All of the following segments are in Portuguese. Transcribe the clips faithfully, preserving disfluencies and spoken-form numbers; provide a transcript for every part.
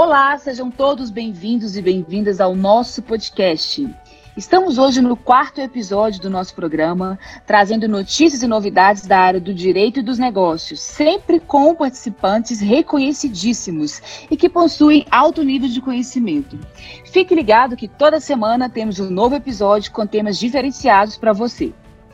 Olá, sejam todos bem-vindos e bem-vindas ao nosso podcast. Estamos hoje no quarto episódio do nosso programa, trazendo notícias e novidades da área do direito e dos negócios, sempre com participantes reconhecidíssimos e que possuem alto nível de conhecimento. Fique ligado que toda semana temos um novo episódio com temas diferenciados para você.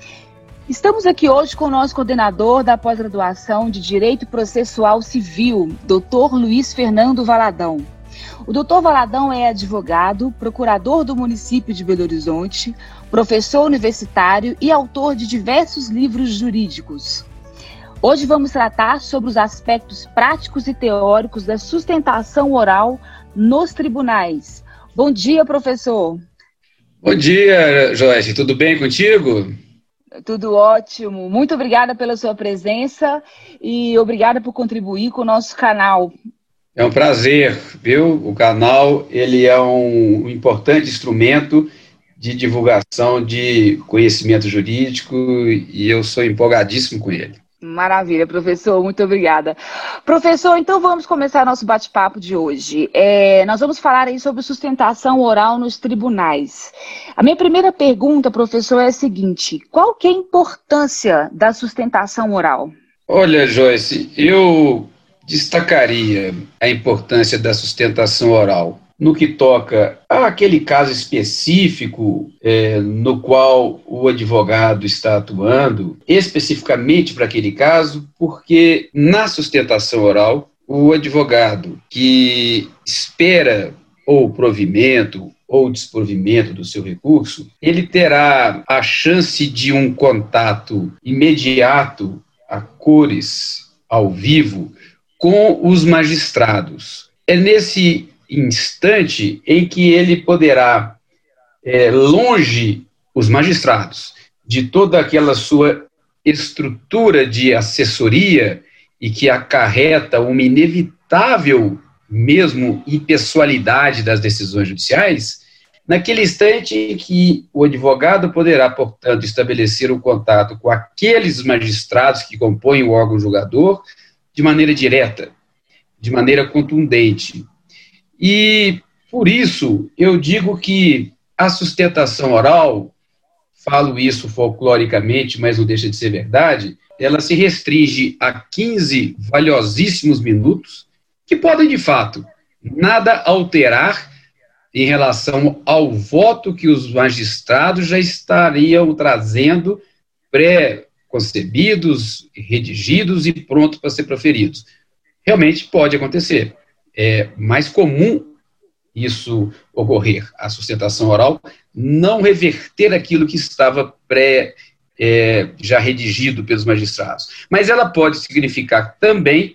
Estamos aqui hoje com o nosso coordenador da pós-graduação de Direito Processual Civil, doutor Luiz Fernando Valadão. O doutor Valadão é advogado, procurador do município de Belo Horizonte, professor universitário e autor de diversos livros jurídicos. Hoje vamos tratar sobre os aspectos práticos e teóricos da sustentação oral nos tribunais. Bom dia, professor. Bom dia, Joyce. Tudo bem contigo? Tudo ótimo. Muito obrigada pela sua presença e obrigada por contribuir com o nosso canal. É um prazer, viu? O canal ele é um importante instrumento de divulgação de conhecimento jurídico e eu sou empolgadíssimo com ele. Maravilha, professor. Muito obrigada. Professor, então vamos começar nosso bate-papo de hoje. É, nós vamos falar aí sobre sustentação oral nos tribunais. A minha primeira pergunta, professor, é a seguinte: qual que é a importância da sustentação oral? Olha, Joyce, eu destacaria a importância da sustentação oral no que toca àquele caso específico é, no qual o advogado está atuando, especificamente para aquele caso, porque na sustentação oral, o advogado que espera ou provimento ou desprovimento do seu recurso, ele terá a chance de um contato imediato a cores, ao vivo, com os magistrados. É nesse instante em que ele poderá, é, longe os magistrados, de toda aquela sua estrutura de assessoria e que acarreta uma inevitável mesmo impessoalidade das decisões judiciais, naquele instante em que o advogado poderá, portanto, estabelecer o contato com aqueles magistrados que compõem o órgão julgador de maneira direta, de maneira contundente. E, por isso, eu digo que a sustentação oral, falo isso folcloricamente, mas não deixa de ser verdade, ela se restringe a quinze valiosíssimos minutos, que podem, de fato, nada alterar em relação ao voto que os magistrados já estariam trazendo pré-concebidos, redigidos e prontos para ser proferidos. Realmente pode acontecer. É mais comum isso ocorrer, a sustentação oral não reverter aquilo que estava pré, é, já redigido pelos magistrados. Mas ela pode significar também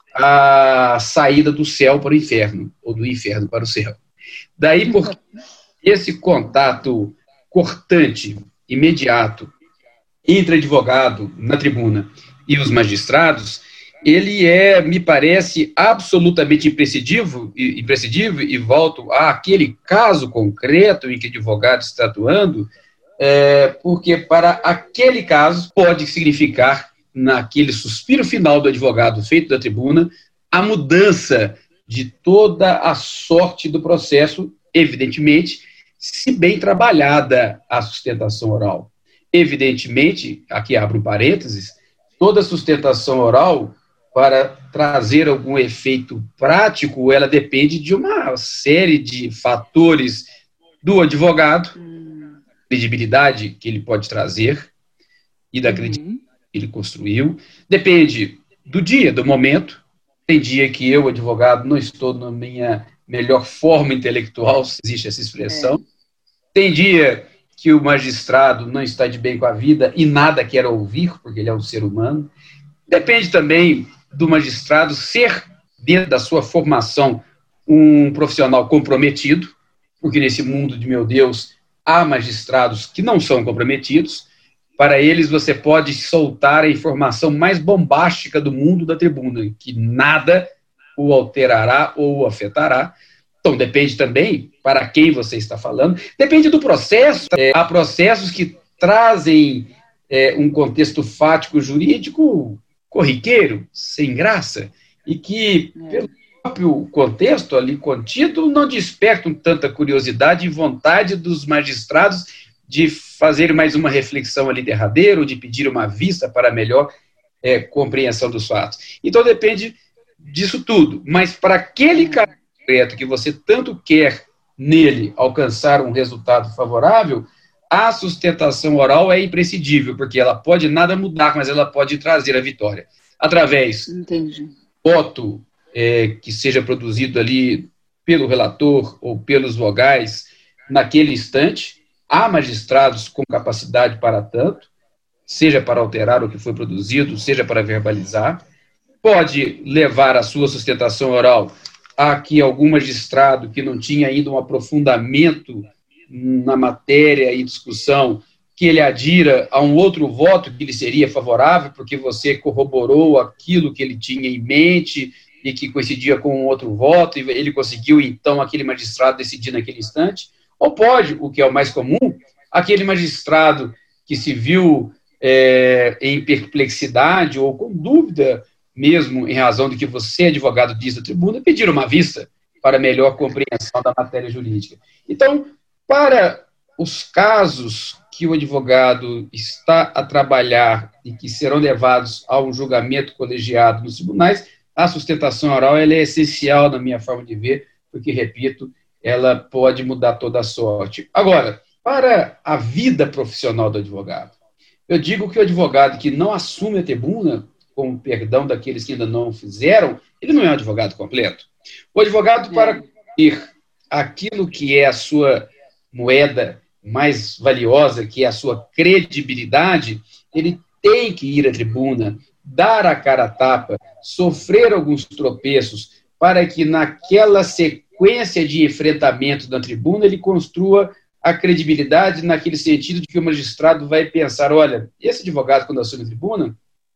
a saída do céu para o inferno, ou do inferno para o céu. Daí, porque esse contato cortante, imediato, entre advogado na tribuna e os magistrados, ele é, me parece, absolutamente imprescindível, imprescindível, e volto àquele caso concreto em que o advogado está atuando, é, porque para aquele caso pode significar, naquele suspiro final do advogado feito da tribuna, a mudança de toda a sorte do processo, evidentemente, se bem trabalhada a sustentação oral. Evidentemente, aqui abro um parênteses, toda sustentação oral, para trazer algum efeito prático, ela depende de uma série de fatores do advogado, hum. credibilidade que ele pode trazer e da uhum. credibilidade que ele construiu. Depende do dia, do momento. Tem dia que eu, advogado, não estou na minha melhor forma intelectual, se existe essa expressão. É. Tem dia que o magistrado não está de bem com a vida e nada quer ouvir, porque ele é um ser humano. Depende também do magistrado ser, dentro da sua formação, um profissional comprometido, porque nesse mundo de meu Deus há magistrados que não são comprometidos. Para eles você pode soltar a informação mais bombástica do mundo da tribuna, que nada o alterará ou o afetará. Então depende também para quem você está falando, depende do processo. É, há processos que trazem é, um contexto fático jurídico corriqueiro, sem graça, e que, pelo próprio contexto ali contido não despertam tanta curiosidade e vontade dos magistrados de fazer mais uma reflexão ali derradeira, ou de pedir uma vista para melhor é, compreensão dos fatos. Então depende disso tudo, mas para aquele caso concreto que você tanto quer nele alcançar um resultado favorável, a sustentação oral é imprescindível, porque ela pode nada mudar, mas ela pode trazer a vitória. Através Entendi. do voto é, que seja produzido ali pelo relator ou pelos vogais naquele instante, há magistrados com capacidade para tanto, seja para alterar o que foi produzido, seja para verbalizar. Pode levar a sua sustentação oral a que algum magistrado que não tinha ainda um aprofundamento na matéria e discussão, que ele adira a um outro voto que lhe seria favorável, porque você corroborou aquilo que ele tinha em mente e que coincidia com um outro voto, e ele conseguiu, então, aquele magistrado decidir naquele instante. Ou pode, o que é o mais comum, aquele magistrado que se viu é, em perplexidade ou com dúvida mesmo em razão de que você, advogado, diz da tribuna, pedir uma vista para melhor compreensão da matéria jurídica. Então, para os casos que o advogado está a trabalhar e que serão levados a um julgamento colegiado nos tribunais, a sustentação oral ela é essencial na minha forma de ver, porque, repito, ela pode mudar toda a sorte. Agora, para a vida profissional do advogado, eu digo que o advogado que não assume a tribuna, com o perdão daqueles que ainda não o fizeram, ele não é um advogado completo. O advogado, para ter aquilo que é a sua moeda mais valiosa, que é a sua credibilidade, ele tem que ir à tribuna, dar a cara a tapa, sofrer alguns tropeços, para que naquela sequência de enfrentamento da tribuna ele construa a credibilidade naquele sentido de que o magistrado vai pensar, olha, esse advogado, quando assume a tribuna,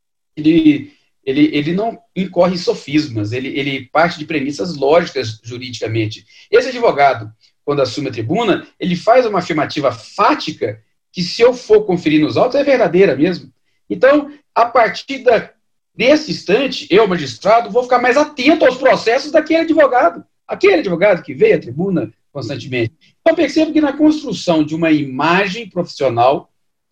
ele, ele, ele não incorre em sofismas, ele, ele parte de premissas lógicas juridicamente. Esse advogado, quando assume a tribuna, ele faz uma afirmativa fática que, se eu for conferir nos autos, é verdadeira mesmo. Então, a partir da, desse instante, eu, magistrado, vou ficar mais atento aos processos daquele advogado, aquele advogado que veio à tribuna constantemente. Então, percebo que na construção de uma imagem profissional,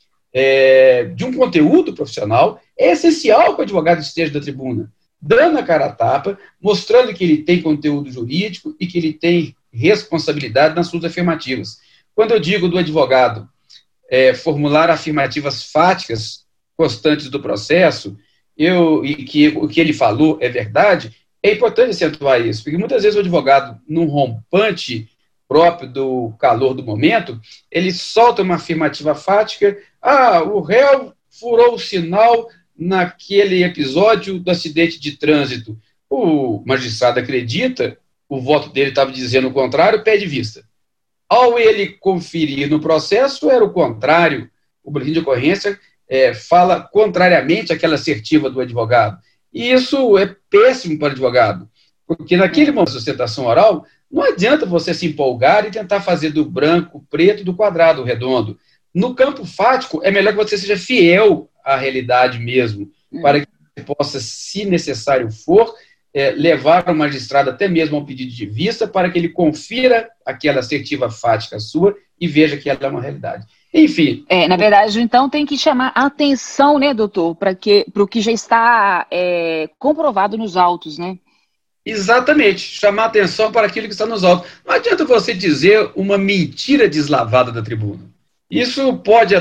é, de um conteúdo profissional, é essencial que o advogado esteja da tribuna, dando a cara a tapa, mostrando que ele tem conteúdo jurídico e que ele tem responsabilidade nas suas afirmativas. Quando eu digo do advogado é, formular afirmativas fáticas constantes do processo, eu, e que o que ele falou é verdade, é importante acentuar isso, porque muitas vezes o advogado, num rompante próprio do calor do momento, ele solta uma afirmativa fática, ah, o réu furou o sinal naquele episódio do acidente de trânsito. O magistrado acredita, o voto dele estava dizendo o contrário, pede vista. Ao ele conferir no processo, era o contrário. O boletim de ocorrência é, fala contrariamente àquela assertiva do advogado. E isso é péssimo para o advogado, porque naquele momento de sustentação oral, não adianta você se empolgar e tentar fazer do branco preto e do quadrado redondo. No campo fático, é melhor que você seja fiel à realidade mesmo, hum. para que você possa, se necessário for, é, levar o magistrado até mesmo ao pedido de vista, para que ele confira aquela assertiva fática sua e veja que ela é uma realidade. Enfim. É, na verdade, então, tem que chamar a atenção, né, doutor, para que, para o que já está é, comprovado nos autos, né? Exatamente, chamar atenção para aquilo que está nos autos. Não adianta você dizer uma mentira deslavada da tribuna. Isso pode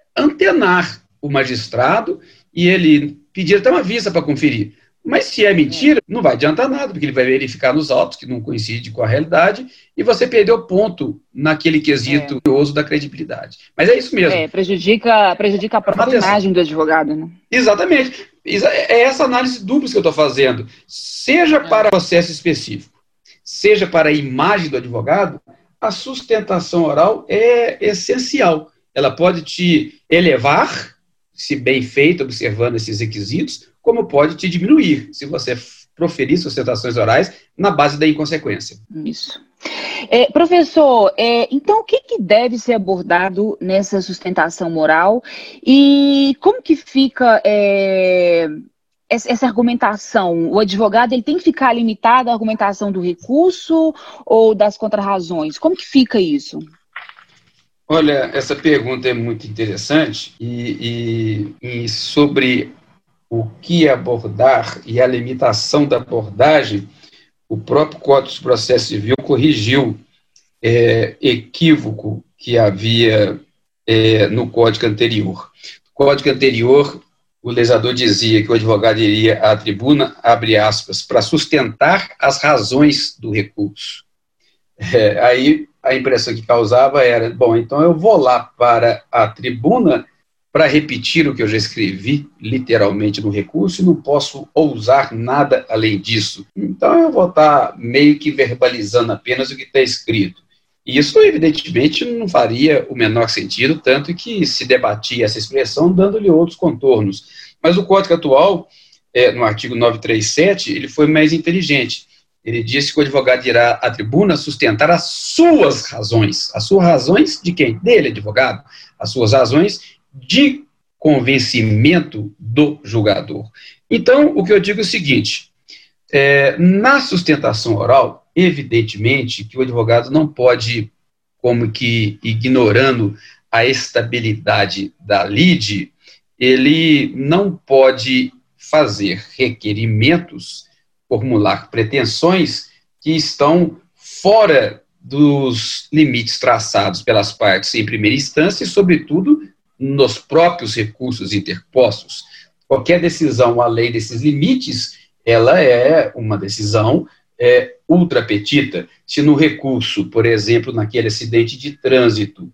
antenar o magistrado e ele pedir até uma vista para conferir. Mas se é mentira, não vai adiantar nada, porque ele vai verificar nos autos que não coincide com a realidade e você perdeu ponto naquele quesito curioso da credibilidade. Mas é isso mesmo. É, prejudica, prejudica a própria imagem do advogado, né? Exatamente. É essa análise dupla que eu estou fazendo. Seja para o processo específico, seja para a imagem do advogado, a sustentação oral é essencial. Ela pode te elevar, se bem feita, observando esses requisitos, como pode te diminuir, se você proferir sustentações orais na base da inconsequência. Isso. É, professor, é, então o que, que deve ser abordado nessa sustentação moral e como que fica é, essa argumentação, o advogado ele tem que ficar limitado à argumentação do recurso ou das contrarrazões? Como que fica isso? Olha, essa pergunta é muito interessante e, e, e sobre o que abordar e a limitação da abordagem, o próprio Código de Processo Civil corrigiu é, equívoco que havia é, no Código anterior. No Código anterior, o legislador dizia que o advogado iria à tribuna, abre aspas, para sustentar as razões do recurso. É, aí a impressão que causava era, bom, então eu vou lá para a tribuna para repetir o que eu já escrevi, literalmente, no recurso, e não posso ousar nada além disso. Então eu vou estar meio que verbalizando apenas o que está escrito. E isso, evidentemente, não faria o menor sentido, tanto que se debatia essa expressão dando-lhe outros contornos. Mas o Código atual, é, no artigo novecentos e trinta e sete, ele foi mais inteligente. Ele disse que o advogado irá à tribuna sustentar as suas razões. As suas razões de quem? Dele, advogado. As suas razões de convencimento do julgador. Então, o que eu digo é o seguinte, é, na sustentação oral, evidentemente que o advogado não pode, como que ignorando a estabilidade da lide, ele não pode fazer requerimentos, formular pretensões que estão fora dos limites traçados pelas partes em primeira instância e, sobretudo, nos próprios recursos interpostos. Qualquer decisão além desses limites, ela é uma decisão é, ultra petita. Se no recurso, por exemplo, naquele acidente de trânsito,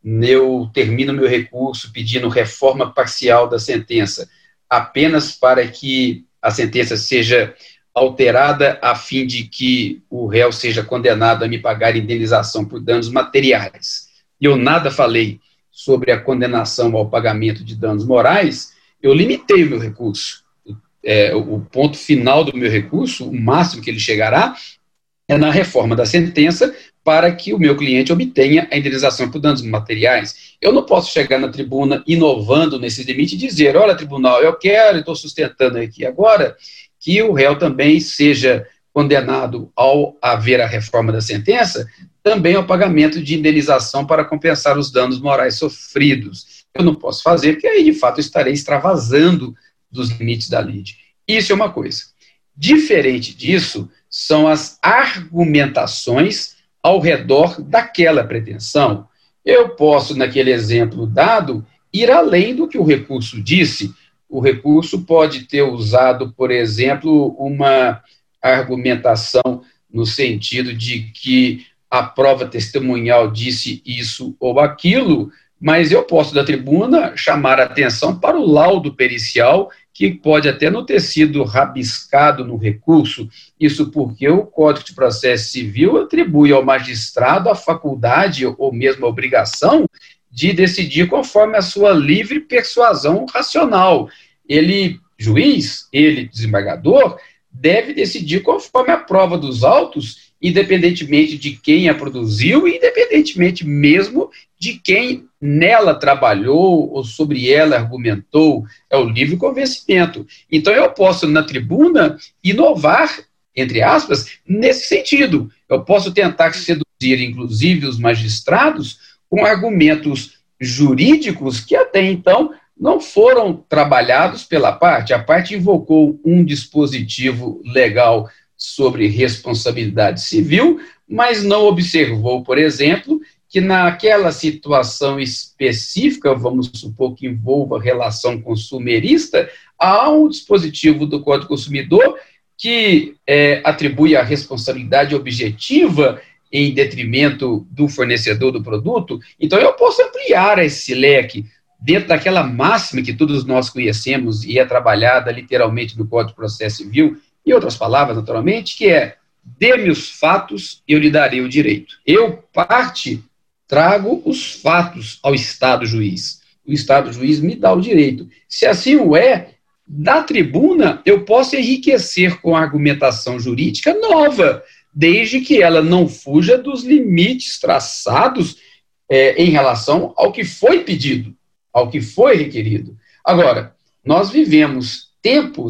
eu termino meu recurso pedindo reforma parcial da sentença, apenas para que a sentença seja alterada a fim de que o réu seja condenado a me pagar indenização por danos materiais. E eu nada falei sobre a condenação ao pagamento de danos morais, eu limitei o meu recurso. É, o ponto final do meu recurso, o máximo que ele chegará, é na reforma da sentença para que o meu cliente obtenha a indenização por danos materiais. Eu não posso chegar na tribuna inovando nesse limite e dizer, olha, tribunal, eu quero, estou sustentando aqui agora, que o réu também seja condenado ao haver a reforma da sentença, também ao pagamento de indenização para compensar os danos morais sofridos. Eu não posso fazer, porque aí, de fato, eu estarei extravasando dos limites da lide. Isso é uma coisa. Diferente disso, são as argumentações ao redor daquela pretensão. Eu posso, naquele exemplo dado, ir além do que o recurso disse. O recurso pode ter usado, por exemplo, uma argumentação no sentido de que a prova testemunhal disse isso ou aquilo, mas eu posso, da tribuna, chamar a atenção para o laudo pericial, que pode até não ter sido rabiscado no recurso, isso porque o Código de Processo Civil atribui ao magistrado a faculdade ou mesmo a obrigação de decidir conforme a sua livre persuasão racional. Ele, juiz, ele, desembargador, deve decidir conforme a prova dos autos, independentemente de quem a produziu e independentemente mesmo de quem nela trabalhou ou sobre ela argumentou, é o livre convencimento. Então eu posso, na tribuna, inovar, entre aspas, nesse sentido. Eu posso tentar seduzir, inclusive, os magistrados com argumentos jurídicos que até então não foram trabalhados pela parte. A parte invocou um dispositivo legal sobre responsabilidade civil, mas não observou, por exemplo, que naquela situação específica, vamos supor que envolva relação consumerista, há um dispositivo do Código do Consumidor que é, atribui a responsabilidade objetiva em detrimento do fornecedor do produto. Então eu posso ampliar esse leque dentro daquela máxima que todos nós conhecemos e é trabalhada literalmente no Código de Processo Civil, em outras palavras, naturalmente, que é, dê-me os fatos, eu lhe darei o direito. Eu, parte, trago os fatos ao Estado juiz. O Estado juiz me dá o direito. Se assim o é, da tribuna, eu posso enriquecer com argumentação jurídica nova, desde que ela não fuja dos limites traçados é, em relação ao que foi pedido, ao que foi requerido. Agora, nós vivemos tempos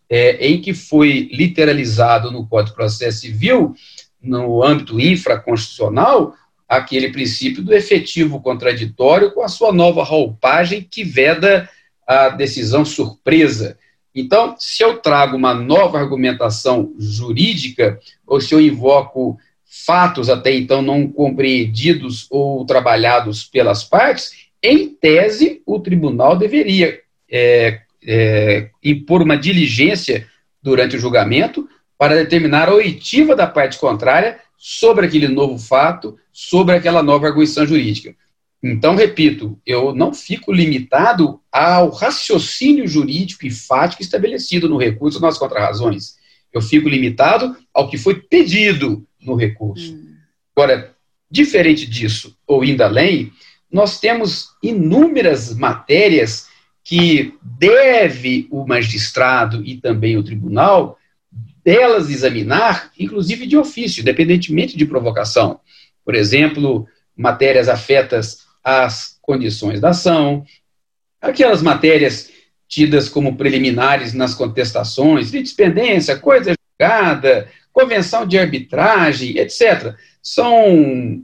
é, em que foi literalizado no Código de Processo Civil, no âmbito infraconstitucional, aquele princípio do efetivo contraditório com a sua nova roupagem que veda a decisão surpresa. Então, se eu trago uma nova argumentação jurídica, ou se eu invoco fatos até então não compreendidos ou trabalhados pelas partes, em tese, o tribunal deveria é, é, impor uma diligência durante o julgamento para determinar a oitiva da parte contrária sobre aquele novo fato, sobre aquela nova arguição jurídica. Então, repito, eu não fico limitado ao raciocínio jurídico e fático estabelecido no recurso nas contrarrazões. Eu fico limitado ao que foi pedido no recurso. Hum. Agora, diferente disso, ou indo além, nós temos inúmeras matérias que deve o magistrado e também o tribunal delas examinar, inclusive de ofício, independentemente de provocação. Por exemplo, matérias afetas às condições da ação, aquelas matérias tidas como preliminares nas contestações, litispendência, coisa julgada, convenção de arbitragem, etcétera. São,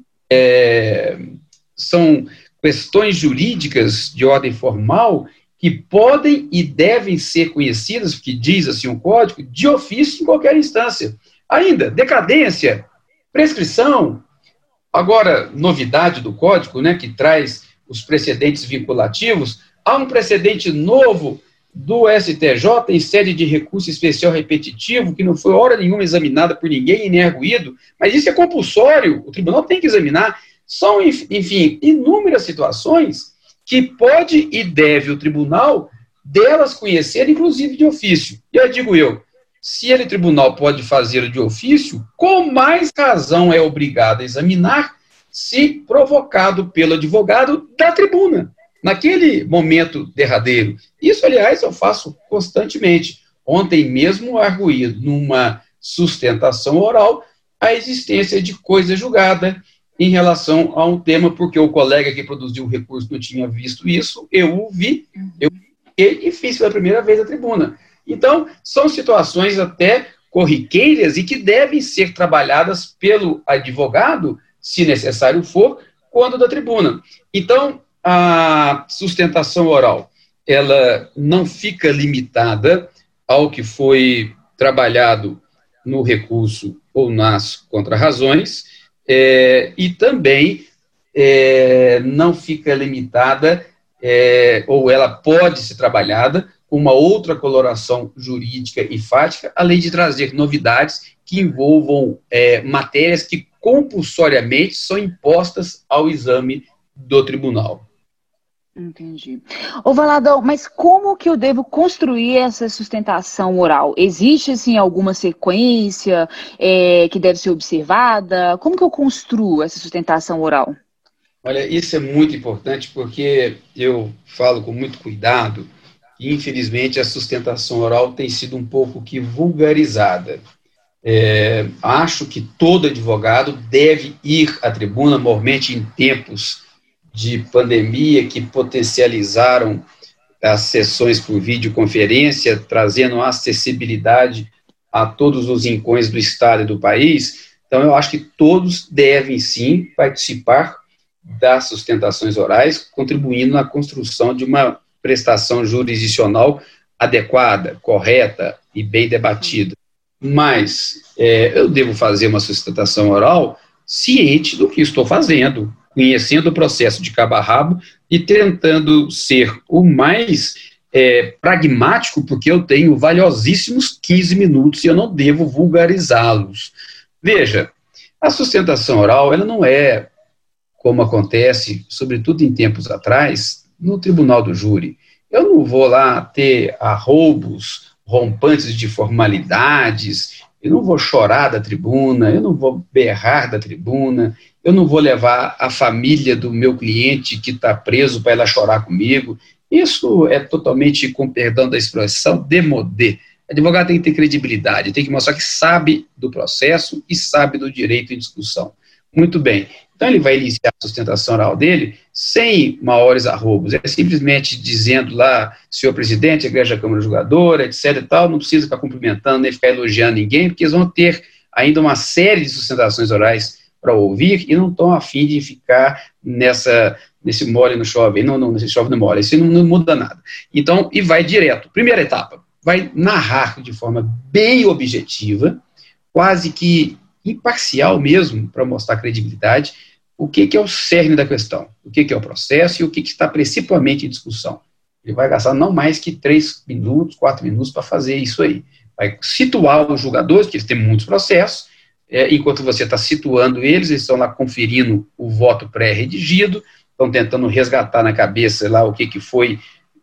é, são questões jurídicas de ordem formal que podem e devem ser conhecidas, porque diz assim o Código, de ofício em qualquer instância. Ainda, decadência, prescrição. Agora, novidade do Código, né, que traz os precedentes vinculativos, há um precedente novo do S T J em sede de recurso especial repetitivo, que não foi hora nenhuma examinada por ninguém e nem arguído, mas isso é compulsório, o tribunal tem que examinar. São, enfim, inúmeras situações que pode e deve o tribunal delas conhecer, inclusive de ofício. E eu digo eu, se ele, tribunal, pode fazê-lo de ofício, com mais razão é obrigado a examinar se provocado pelo advogado da tribuna, naquele momento derradeiro. Isso, aliás, eu faço constantemente. Ontem mesmo arguí numa sustentação oral a existência de coisa julgada em relação a um tema, porque o colega que produziu o recurso não tinha visto isso, eu o vi, eu e fiz pela primeira vez a tribuna. Então, são situações até corriqueiras e que devem ser trabalhadas pelo advogado, se necessário for, quando da tribuna. Então, a sustentação oral, ela não fica limitada ao que foi trabalhado no recurso ou nas contrarrazões, é, e também é, não fica limitada, é, ou ela pode ser trabalhada com uma outra coloração jurídica e fática, além de trazer novidades que envolvam é, matérias que compulsoriamente são impostas ao exame do tribunal. Entendi. Ô, Valadão, mas como que eu devo construir essa sustentação oral? Existe, assim, alguma sequência é, que deve ser observada? Como que eu construo essa sustentação oral? Olha, isso é muito importante porque eu falo com muito cuidado e, infelizmente, a sustentação oral tem sido um pouco que vulgarizada. É, acho que todo advogado deve ir à tribuna, normalmente em tempos de pandemia que potencializaram as sessões por videoconferência, trazendo acessibilidade a todos os rincões do estado e do país. Então, eu acho que todos devem, sim, participar das sustentações orais, contribuindo na construção de uma prestação jurisdicional adequada, correta e bem debatida. Mas é, eu devo fazer uma sustentação oral ciente do que estou fazendo, conhecendo o processo de cabo a rabo e tentando ser o mais é, pragmático, porque eu tenho valiosíssimos quinze minutos e eu não devo vulgarizá-los. Veja, a sustentação oral, ela não é, como acontece, sobretudo em tempos atrás, no tribunal do júri. Eu não vou lá ter arroubos rompantes de formalidades, eu não vou chorar da tribuna, eu não vou berrar da tribuna, eu não vou levar a família do meu cliente que está preso para ela chorar comigo. Isso é totalmente, com perdão da expressão, démodé. O advogado tem que ter credibilidade, tem que mostrar que sabe do processo e sabe do direito em discussão. Muito bem. Então, Então, ele vai iniciar a sustentação oral dele sem maiores arrobos. É simplesmente dizendo lá, senhor presidente, igreja Câmara Julgadora, etc e tal, não precisa ficar cumprimentando, nem ficar elogiando ninguém, porque eles vão ter ainda uma série de sustentações orais para ouvir e não estão a fim de ficar nessa, nesse mole no chove, não, não, nesse chove no mole, isso não, não muda nada. Então, e vai direto. Primeira etapa, vai narrar de forma bem objetiva, quase que imparcial mesmo, para mostrar credibilidade, o que, que é o cerne da questão, o que, que é o processo e o que, que está principalmente em discussão. Ele vai gastar não mais que três minutos, quatro minutos para fazer isso aí. Vai situar os julgadores, que eles têm muitos processos, é, enquanto você está situando eles, eles estão lá conferindo o voto pré-redigido, estão tentando resgatar na cabeça lá o que, que foi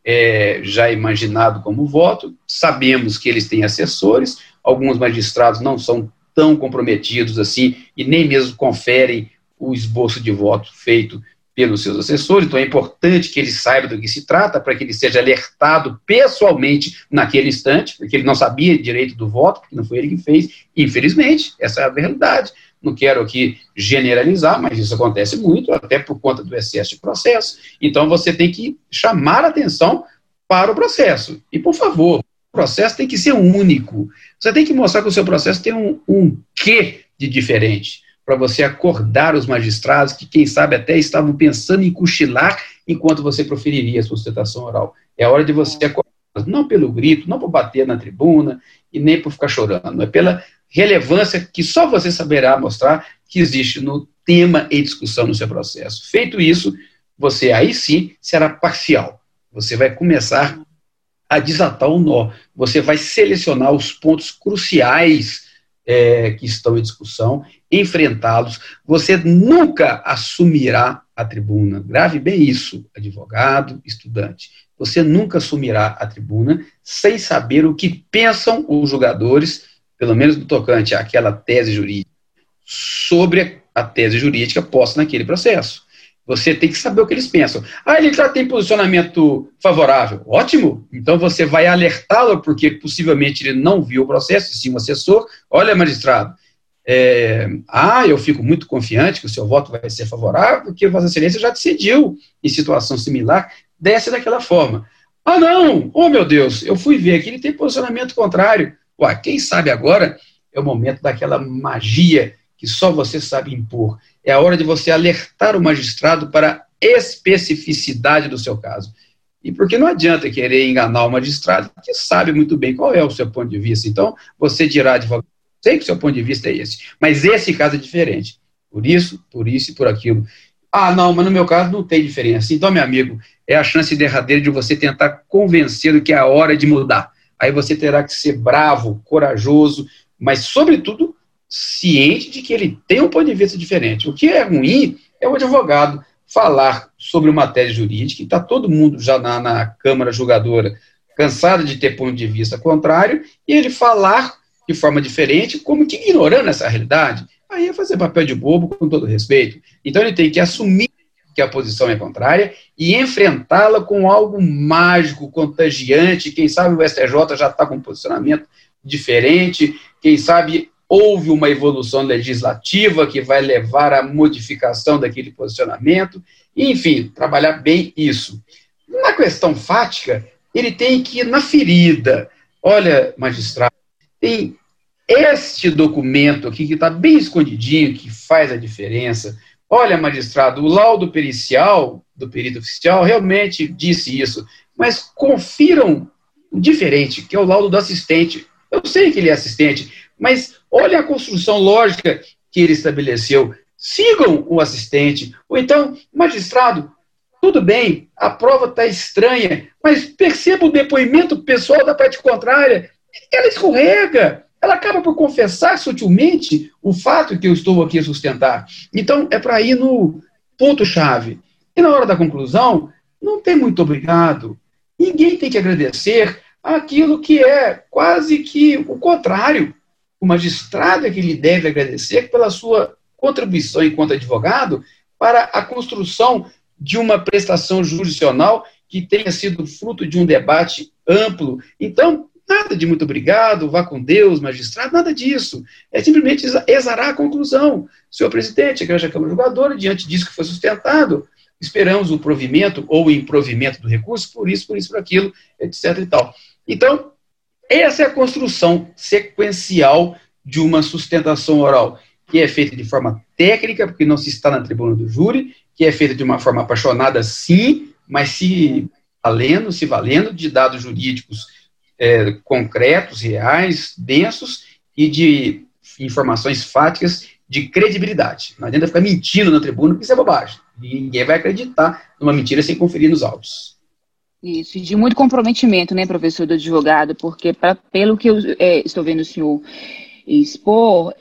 é, já imaginado como voto. Sabemos que eles têm assessores, alguns magistrados não são tão comprometidos assim e nem mesmo conferem o esboço de voto feito pelos seus assessores, então é importante que ele saiba do que se trata, para que ele seja alertado pessoalmente naquele instante, porque ele não sabia direito do voto, porque não foi ele que fez, infelizmente, essa é a verdade. Não quero aqui generalizar, mas isso acontece muito, até por conta do excesso de processo. Então você tem que chamar a atenção para o processo. E, por favor, o processo tem que ser único. Você tem que mostrar que o seu processo tem um, um quê de diferente, para você acordar os magistrados que, quem sabe, até estavam pensando em cochilar enquanto você proferiria a sustentação oral. É hora de você acordar, não pelo grito, não por bater na tribuna e nem por ficar chorando, é pela relevância que só você saberá mostrar que existe no tema em discussão no seu processo. Feito isso, você aí sim será parcial. Você vai começar a desatar o nó. Você vai selecionar os pontos cruciais é, que estão em discussão, enfrentá-los. Você nunca assumirá a tribuna. Grave bem isso, advogado, estudante. Você nunca assumirá a tribuna sem saber o que pensam os julgadores, pelo menos no tocante àquela tese jurídica, sobre a tese jurídica posta naquele processo. Você tem que saber o que eles pensam. Ah, ele já tem posicionamento favorável. Ótimo. Então você vai alertá-lo, porque possivelmente ele não viu o processo, sim, o assessor. Olha, magistrado, é, ah, eu fico muito confiante que o seu voto vai ser favorável, porque Vossa Excelência já decidiu em situação similar, desce daquela forma. Ah, não, oh meu Deus, eu fui ver aqui, ele tem posicionamento contrário. Ué, quem sabe agora é o momento daquela magia que só você sabe impor. É a hora de você alertar o magistrado para a especificidade do seu caso. E porque não adianta querer enganar o magistrado, que sabe muito bem qual é o seu ponto de vista. Então, você dirá, advogado, sei que o seu ponto de vista é esse, mas esse caso é diferente. Por isso, por isso e por aquilo. Ah, não, mas no meu caso não tem diferença. Então, meu amigo, é a chance derradeira de você tentar convencê-lo que é a hora de mudar. Aí você terá que ser bravo, corajoso, mas, sobretudo, ciente de que ele tem um ponto de vista diferente. O que é ruim é o advogado falar sobre uma tese jurídica, e está todo mundo já na, na Câmara Julgadora cansado de ter ponto de vista contrário, e ele falar de forma diferente, como que ignorando essa realidade. Aí é fazer papel de bobo, com todo respeito. Então ele tem que assumir que a posição é contrária e enfrentá-la com algo mágico, contagiante. Quem sabe o S T J já está com um posicionamento diferente, quem sabe houve uma evolução legislativa que vai levar à modificação daquele posicionamento, enfim, trabalhar bem isso. Na questão fática, ele tem que ir na ferida. Olha, magistrado, tem este documento aqui que está bem escondidinho, que faz a diferença. Olha, magistrado, o laudo pericial do perito oficial realmente disse isso, mas confiram o diferente, que é o laudo do assistente. Eu sei que ele é assistente, mas olha a construção lógica que ele estabeleceu. Sigam o assistente. Ou então, magistrado, tudo bem, a prova está estranha, mas perceba o depoimento pessoal da parte contrária. Ela escorrega. Ela acaba por confessar sutilmente o fato que eu estou aqui a sustentar. Então, é para ir no ponto-chave. E na hora da conclusão, não tem muito obrigado. Ninguém tem que agradecer aquilo que é quase que o contrário. O magistrado é que lhe deve agradecer pela sua contribuição enquanto advogado para a construção de uma prestação jurisdicional que tenha sido fruto de um debate amplo. Então, Nada de muito obrigado, vá com Deus, magistrado, nada disso. É simplesmente exarar a conclusão. Senhor presidente, a Igreja Câmara Julgadora, diante disso que foi sustentado, esperamos o provimento ou o improvimento do recurso, por isso, por isso, por aquilo, etc e tal. Então, essa é a construção sequencial de uma sustentação oral, que é feita de forma técnica, porque não se está na tribuna do júri, que é feita de uma forma apaixonada, sim, mas se valendo, se valendo de dados jurídicos É, concretos, reais, densos e de informações fáticas de credibilidade. Não adianta ficar mentindo na tribuna, porque isso é bobagem. Ninguém vai acreditar numa mentira sem conferir nos autos. Isso, e de muito comprometimento, né, professor do advogado, porque pra, pelo que eu é, estou vendo o senhor expor,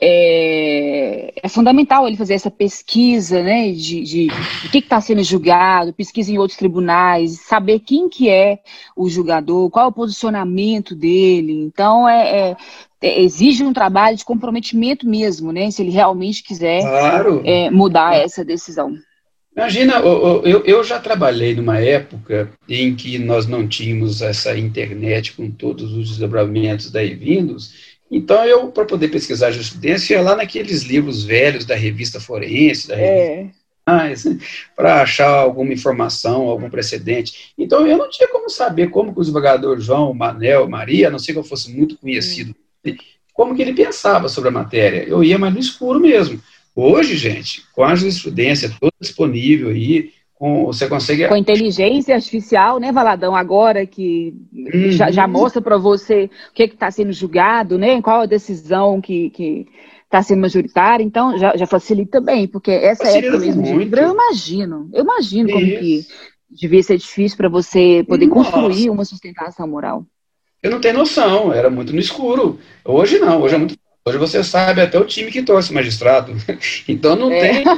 é, é fundamental ele fazer essa pesquisa, né, de, de, de o que está sendo julgado, pesquisa em outros tribunais, saber quem que é o julgador, qual é o posicionamento dele. Então, é, é, é, exige um trabalho de comprometimento mesmo, né, se ele realmente quiser claro. é, mudar essa decisão. Imagina, eu, eu já trabalhei numa época em que nós não tínhamos essa internet com todos os desdobramentos daí vindos. Então, eu, para poder pesquisar jurisprudência, ia lá naqueles livros velhos da revista forense, da revista, é. para achar alguma informação, algum precedente. Então, eu não tinha como saber como que o desembargador João, Manel, Maria, a não ser que eu fosse muito conhecido, como que ele pensava sobre a matéria. Eu ia mais no escuro mesmo. Hoje, gente, com a jurisprudência toda disponível aí, Com, você consegue... Com inteligência artificial, né, Valadão, agora que uhum. já, já mostra para você o que está sendo julgado, né, qual a decisão que está sendo majoritária, então já, já facilita bem, porque essa facilita época mesmo muito. de livro, eu imagino, eu imagino como que devia ser difícil para você poder Nossa. construir uma sustentação moral. Eu não tenho noção, era muito no escuro. Hoje não, hoje é muito... Hoje você sabe até o time que torce o magistrado. Então não é. tem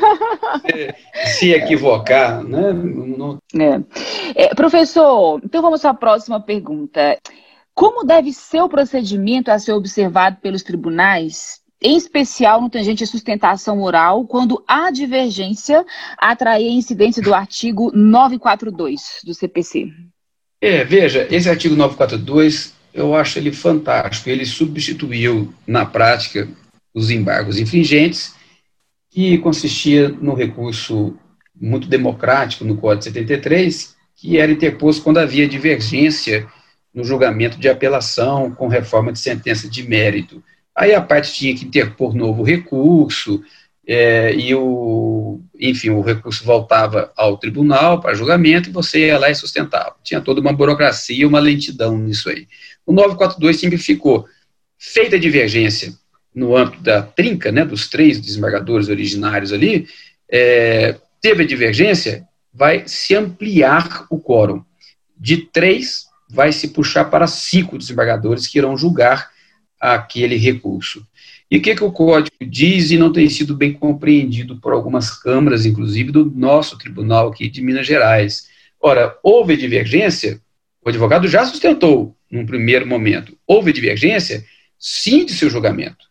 se equivocar, né? Não... É. É, professor, então vamos à próxima pergunta. Como deve ser o procedimento a ser observado pelos tribunais, em especial no tangente à sustentação oral, quando há divergência atrair a incidência do artigo novecentos e quarenta e dois do C P C? É, veja, esse artigo novecentos e quarenta e dois... eu acho ele fantástico. Ele substituiu, na prática, os embargos infringentes, que consistia no recurso muito democrático no Código de setenta e três, que era interposto quando havia divergência no julgamento de apelação com reforma de sentença de mérito. Aí a parte tinha que interpor novo recurso, é, e o, enfim, o recurso voltava ao tribunal para julgamento e você ia lá e sustentava. Tinha toda uma burocracia, uma lentidão nisso aí. O novecentos e quarenta e dois simplificou. Feita a divergência no âmbito da trinca, né, dos três desembargadores originários ali, é, teve a divergência, vai se ampliar o quórum. De três, vai se puxar para cinco desembargadores que irão julgar aquele recurso. E o que, que o Código diz e não tem sido bem compreendido por algumas câmaras, inclusive do nosso tribunal aqui de Minas Gerais? Ora, houve divergência, o advogado já sustentou, num primeiro momento, houve divergência, cinde seu julgamento.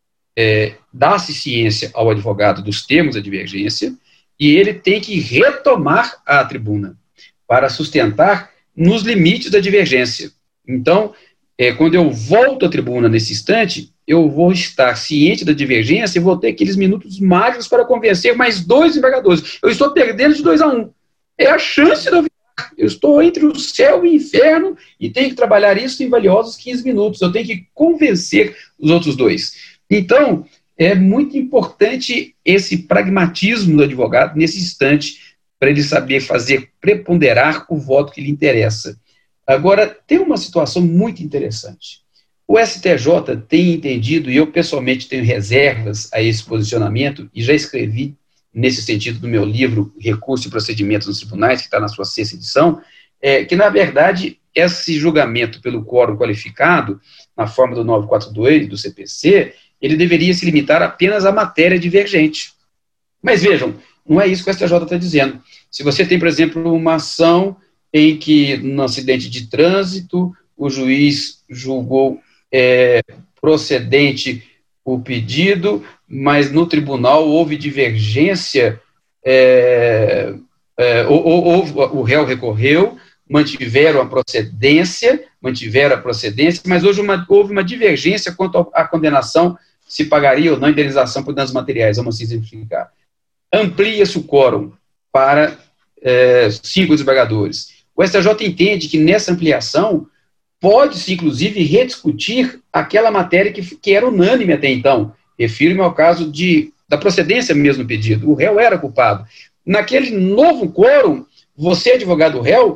É, dá-se ciência ao advogado dos termos da divergência e ele tem que retomar a tribuna para sustentar nos limites da divergência. Então, é, quando eu volto à tribuna nesse instante, eu vou estar ciente da divergência e vou ter aqueles minutos mágicos para convencer mais dois desembargadores. Eu estou perdendo de dois a um. É a chance de eu virar. Eu estou entre o céu e o inferno e tenho que trabalhar isso em valiosos quinze minutos. Eu tenho que convencer os outros dois. Então, é muito importante esse pragmatismo do advogado nesse instante para ele saber fazer preponderar o voto que lhe interessa. Agora, tem uma situação muito interessante. O S T J tem entendido, e eu pessoalmente tenho reservas a esse posicionamento, e já escrevi nesse sentido no meu livro Recurso e Procedimentos nos Tribunais, que está na sua sexta edição, é, que, na verdade, esse julgamento pelo quórum qualificado, na forma do novecentos e quarenta e dois do C P C, ele deveria se limitar apenas à matéria divergente. Mas vejam, não é isso que o S T J está dizendo. Se você tem, por exemplo, uma ação em que, no acidente de trânsito, o juiz julgou é, procedente o pedido, mas no tribunal houve divergência, é, é, ou, ou, ou, o réu recorreu, mantiveram a procedência, mantiveram a procedência, mas hoje uma, houve uma divergência quanto à condenação, se pagaria ou não indenização por danos materiais, vamos assim simplificar. Amplia-se o quórum para é, cinco desembargadores. O S T J entende que nessa ampliação pode-se, inclusive, rediscutir aquela matéria que, que era unânime até então. Refiro-me ao caso de, da procedência mesmo do pedido. O réu era culpado. Naquele novo quórum, você, advogado réu,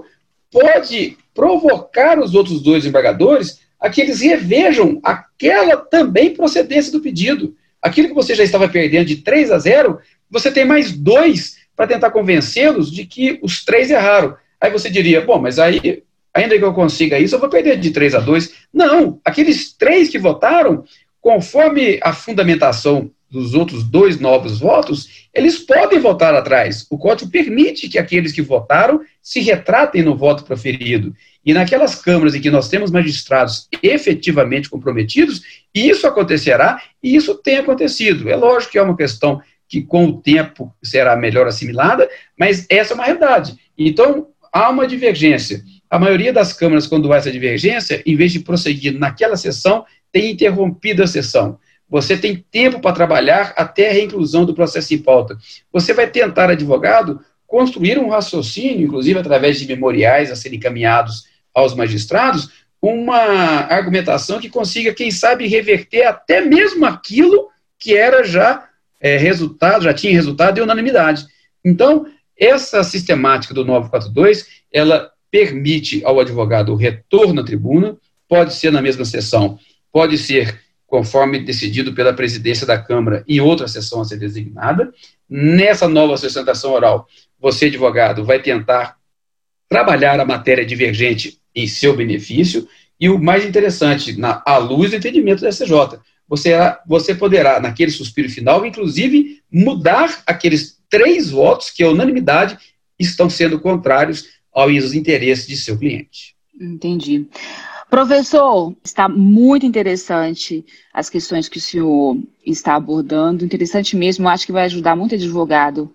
pode provocar os outros dois desembargadores a que eles revejam aquela também procedência do pedido. Aquilo que você já estava perdendo de três a zero, você tem mais dois para tentar convencê-los de que os três erraram. Aí você diria, bom, mas aí, ainda que eu consiga isso, eu vou perder de três a dois. Não, aqueles três que votaram, conforme a fundamentação dos outros dois novos votos, eles podem votar atrás. O Código permite que aqueles que votaram se retratem no voto proferido. E naquelas câmaras em que nós temos magistrados efetivamente comprometidos, isso acontecerá, e isso tem acontecido. É lógico que é uma questão que com o tempo será melhor assimilada, mas essa é uma realidade. Então, há uma divergência. A maioria das câmaras, quando há essa divergência, em vez de prosseguir naquela sessão, tem interrompido a sessão. Você tem tempo para trabalhar até a reinclusão do processo em pauta. Você vai tentar, advogado, construir um raciocínio, inclusive através de memoriais a serem encaminhados aos magistrados, uma argumentação que consiga, quem sabe, reverter até mesmo aquilo que era já é, resultado, já tinha resultado de unanimidade. Então, essa sistemática do novecentos e quarenta e dois, ela permite ao advogado o retorno à tribuna, pode ser na mesma sessão, pode ser conforme decidido pela presidência da Câmara em outra sessão a ser designada. Nessa nova sustentação oral, você, advogado, vai tentar trabalhar a matéria divergente em seu benefício, e o mais interessante, na, à luz do entendimento da S T J, você, você poderá, naquele suspiro final, inclusive, mudar aqueles três votos que, a unanimidade, estão sendo contrários aos interesses de seu cliente. Entendi. Professor, está muito interessante as questões que o senhor está abordando, interessante mesmo, acho que vai ajudar muito advogado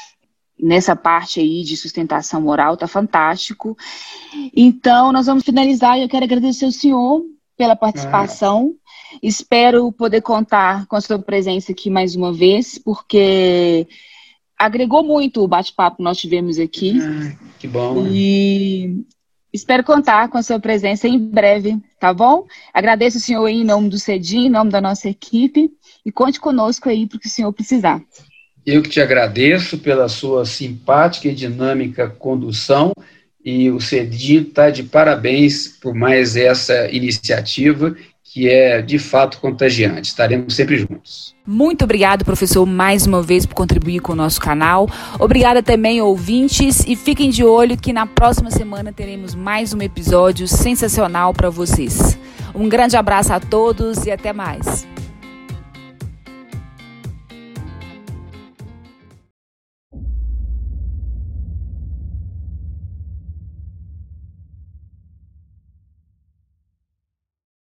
nessa parte aí de sustentação oral, está fantástico. Então, nós vamos finalizar e eu quero agradecer ao senhor pela participação, ah. Espero poder contar com a sua presença aqui mais uma vez, porque agregou muito o bate-papo que nós tivemos aqui. Ah, que bom. E espero contar com a sua presença em breve, tá bom? Agradeço o senhor aí em nome do CEDIM, em nome da nossa equipe, e conte conosco aí para o que o senhor precisar. Eu que te agradeço pela sua simpática e dinâmica condução, e o CEDIM está de parabéns por mais essa iniciativa, que é, de fato, contagiante. Estaremos sempre juntos. Muito obrigado, professor, mais uma vez por contribuir com o nosso canal. Obrigada também, ouvintes, e fiquem de olho que na próxima semana teremos mais um episódio sensacional para vocês. Um grande abraço a todos e até mais.